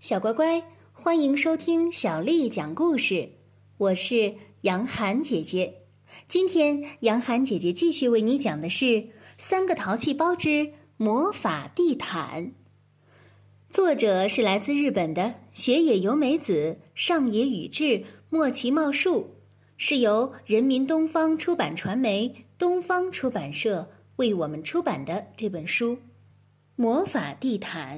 小乖乖，欢迎收听小丽讲故事，我是杨涵姐姐。今天杨涵姐姐继续为你讲的是《三个淘气包之魔法地毯》，作者是来自日本的雪野由美子、上野宇治、莫奇茂树，是由人民东方出版传媒东方出版社为我们出版的这本书《魔法地毯》。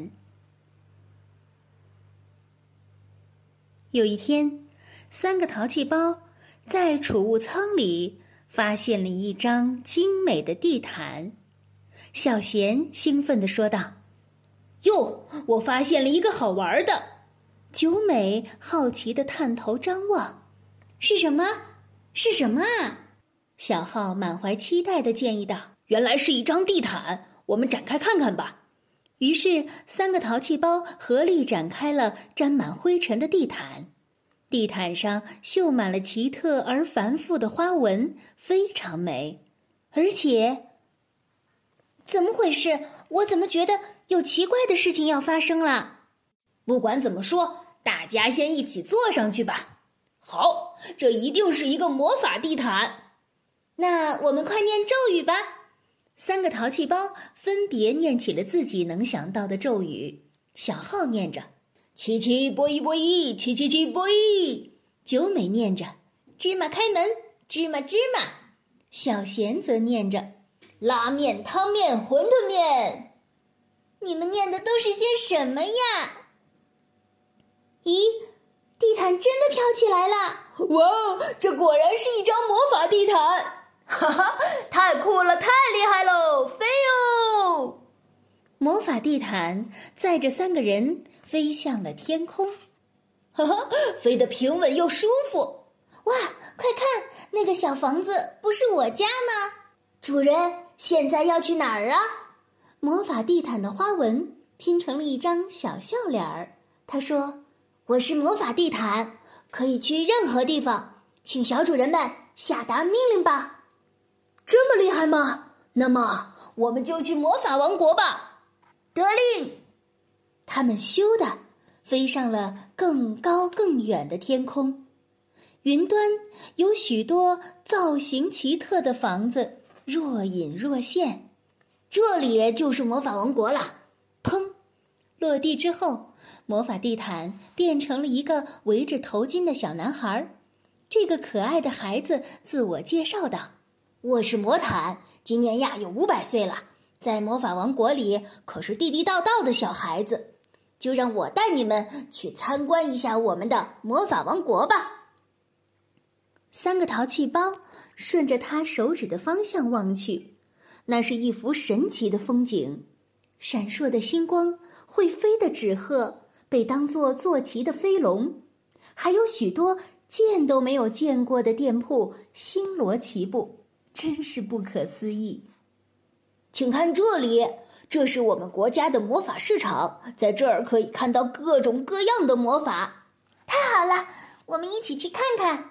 有一天，三个淘气包在储物仓里发现了一张精美的地毯。小贤兴奋地说道：“哟，我发现了一个好玩的！”九美好奇地探头张望：“是什么？是什么啊？”小浩满怀期待地建议道：“原来是一张地毯，我们展开看看吧。”于是，三个淘气包合力展开了沾满灰尘的地毯。地毯上绣满了奇特而繁复的花纹，非常美。而且，怎么回事？我怎么觉得有奇怪的事情要发生了？不管怎么说，大家先一起坐上去吧。好，这一定是一个魔法地毯。那我们快念咒语吧。三个淘气包分别念起了自己能想到的咒语。小浩念着七七波一波一，七七七波一。九美念着芝麻开门，芝麻芝麻。小贤则念着拉面汤面馄饨面。你们念的都是些什么呀？咦，地毯真的飘起来了！哇，这果然是一张魔法地毯！哈哈，太酷了，太厉害喽，飞哟！魔法地毯载着三个人飞向了天空，哈哈，飞得平稳又舒服。哇，快看，那个小房子不是我家吗？主人，现在要去哪儿啊？魔法地毯的花纹拼成了一张小笑脸儿。他说：“我是魔法地毯，可以去任何地方，请小主人们下达命令吧。”这么厉害吗？那么我们就去魔法王国吧！得令！他们咻的飞上了更高更远的天空，云端有许多造型奇特的房子若隐若现。这里就是魔法王国了。砰！落地之后，魔法地毯变成了一个围着头巾的小男孩。这个可爱的孩子自我介绍道：“我是魔毯，今年呀有500岁了，在魔法王国里可是地地道道的小孩子，就让我带你们去参观一下我们的魔法王国吧。”三个淘气包顺着他手指的方向望去，那是一幅神奇的风景，闪烁的星光，会飞的纸鹤，被当作坐骑的飞龙，还有许多见都没有见过的店铺星罗棋布，真是不可思议。请看这里，这是我们国家的魔法市场，在这儿可以看到各种各样的魔法。太好了，我们一起去看看。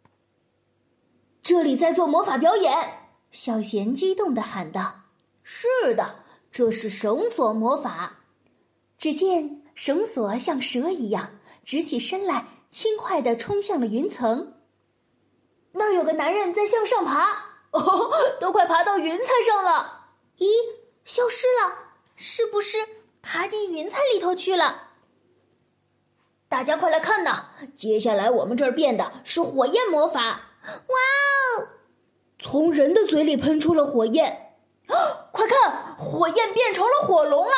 这里在做魔法表演，小贤激动地喊道：“是的，这是绳索魔法。”只见绳索像蛇一样直起身来，轻快地冲向了云层。那儿有个男人在向上爬，哦，都快爬到云彩上了。咦，消失了，是不是爬进云彩里头去了？大家快来看呐，接下来我们这儿变的是火焰魔法。哇哦，从人的嘴里喷出了火焰。快看，火焰变成了火龙了。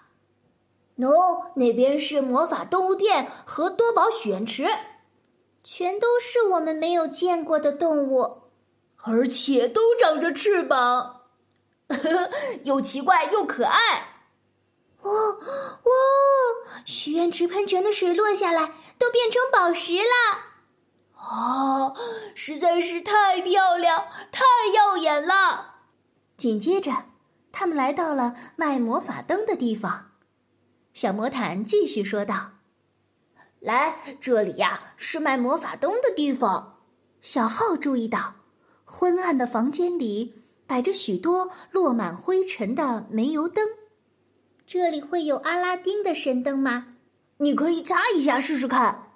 那边是魔法动物店和多宝许愿池，全都是我们没有见过的动物，而且都长着翅膀，又奇怪又可爱。哇，许愿池喷泉的水落下来，都变成宝石了。实在是太漂亮，太耀眼了。紧接着，他们来到了卖魔法灯的地方。小魔毯继续说道：“来，这里呀是卖魔法灯的地方。”小浩注意到，昏暗的房间里摆着许多落满灰尘的煤油灯。这里会有阿拉丁的神灯吗？ 你可以擦一下试试看。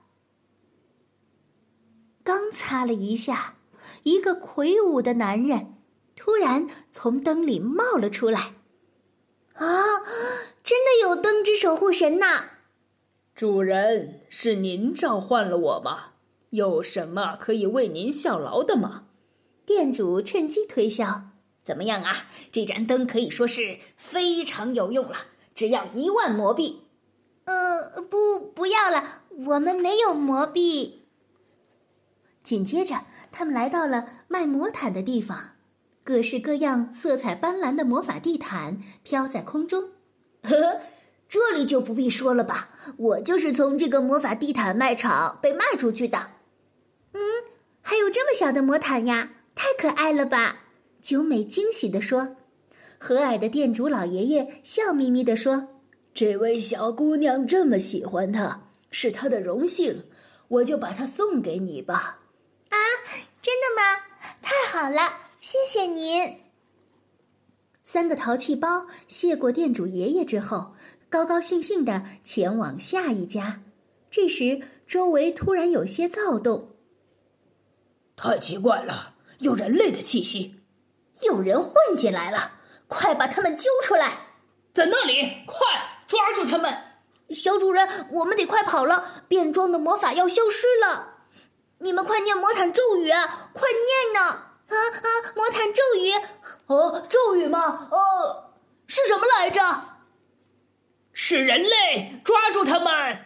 刚擦了一下，一个魁梧的男人突然从灯里冒了出来。 啊，真的有灯之守护神呐！ 主人，是您召唤了我吗？有什么可以为您效劳的吗？ 店主趁机推销。 怎么样啊？这盏灯可以说是非常有用了，只要1万魔币。不要了，我们没有魔币。 紧接着，他们来到了卖魔毯的地方，各式各样、色彩斑斓的魔法地毯飘在空中。 呵呵，这里就不必说了吧，我就是从这个魔法地毯卖场被卖出去的。 还有这么小的魔毯呀，太可爱了吧！九美惊喜地说。和蔼的店主老爷爷笑眯眯地说：“ 这位小姑娘这么喜欢它，是她的荣幸，我就把它送给你吧。” 啊，真的吗？太好了，谢谢您。 3个淘气包谢过店主爷爷之后，高高兴兴地前往下一家。这时，周围突然有些躁动。 太奇怪了，有人类的气息， 有人混进来了，快把他们揪出来！ 在那里，快抓住他们！ 小主人，我们得快跑了，变装的魔法要消失了。你们快念魔毯咒语啊，快念呢！魔毯咒语。 咒语吗？ 是什么来着？ 是人类，抓住他们！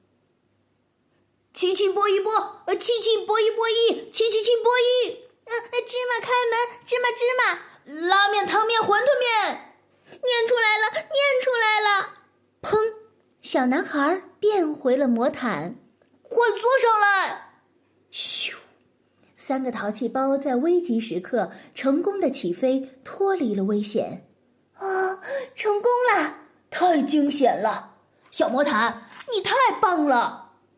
七七波一波，七七波一波一，七七七波一。芝麻开门，芝麻芝麻，拉面汤面馄饨面。念出来了，念出来了！ 砰！小男孩变回了魔毯， 快坐上来！ 咻！3个淘气包在危急时刻成功的起飞，脱离了危险。 成功了！ 太惊险了， 小魔毯，你太棒了！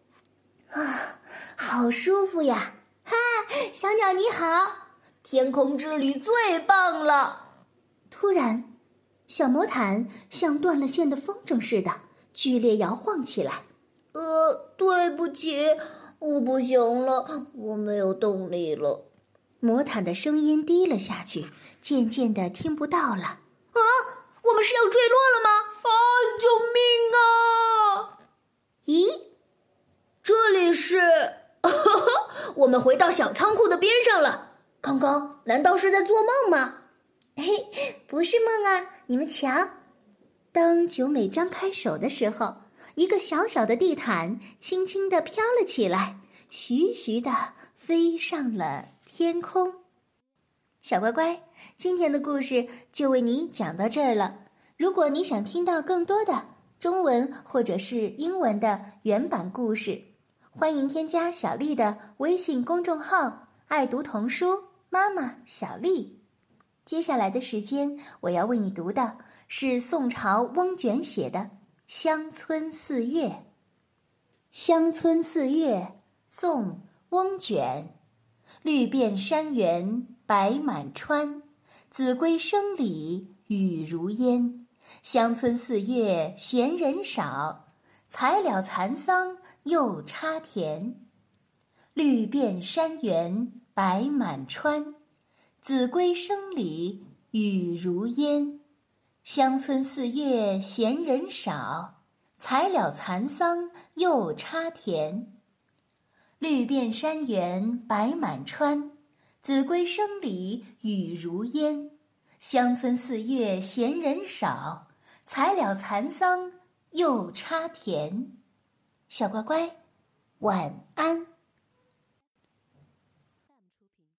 好舒服呀！嗨，小鸟你好，天空之旅最棒了！ 突然，小魔毯像断了线的风筝似的剧烈摇晃起来。 对不起，我不行了，我没有动力了。 魔毯的声音低了下去，渐渐的听不到了。 我们是要坠落了吗？救命啊！咦，这里是……我们回到小仓库的边上了。刚刚难道是在做梦吗？不是梦啊，你们瞧。 当九美张开手的时候，一个小小的地毯轻轻地飘了起来，徐徐地飞上了天空。小乖乖，今天的故事就为你讲到这儿了。如果你想听到更多的中文或者是英文的原版故事，欢迎添加小丽的微信公众号“爱读童书妈妈小丽”。接下来的时间，我要为你读的是宋朝翁卷写的《乡村四月》。《乡村四月》宋·翁卷。绿遍山原白满川，子规声里雨如烟。乡村四月闲人少，才了蚕桑又插田。绿遍山原白满川，子规声里雨如烟。乡村四月闲人少，才了蚕桑又插田。绿遍山原白满川，子规声里雨如烟。乡村四月闲人少，才了蚕桑又插田。小乖乖，晚安。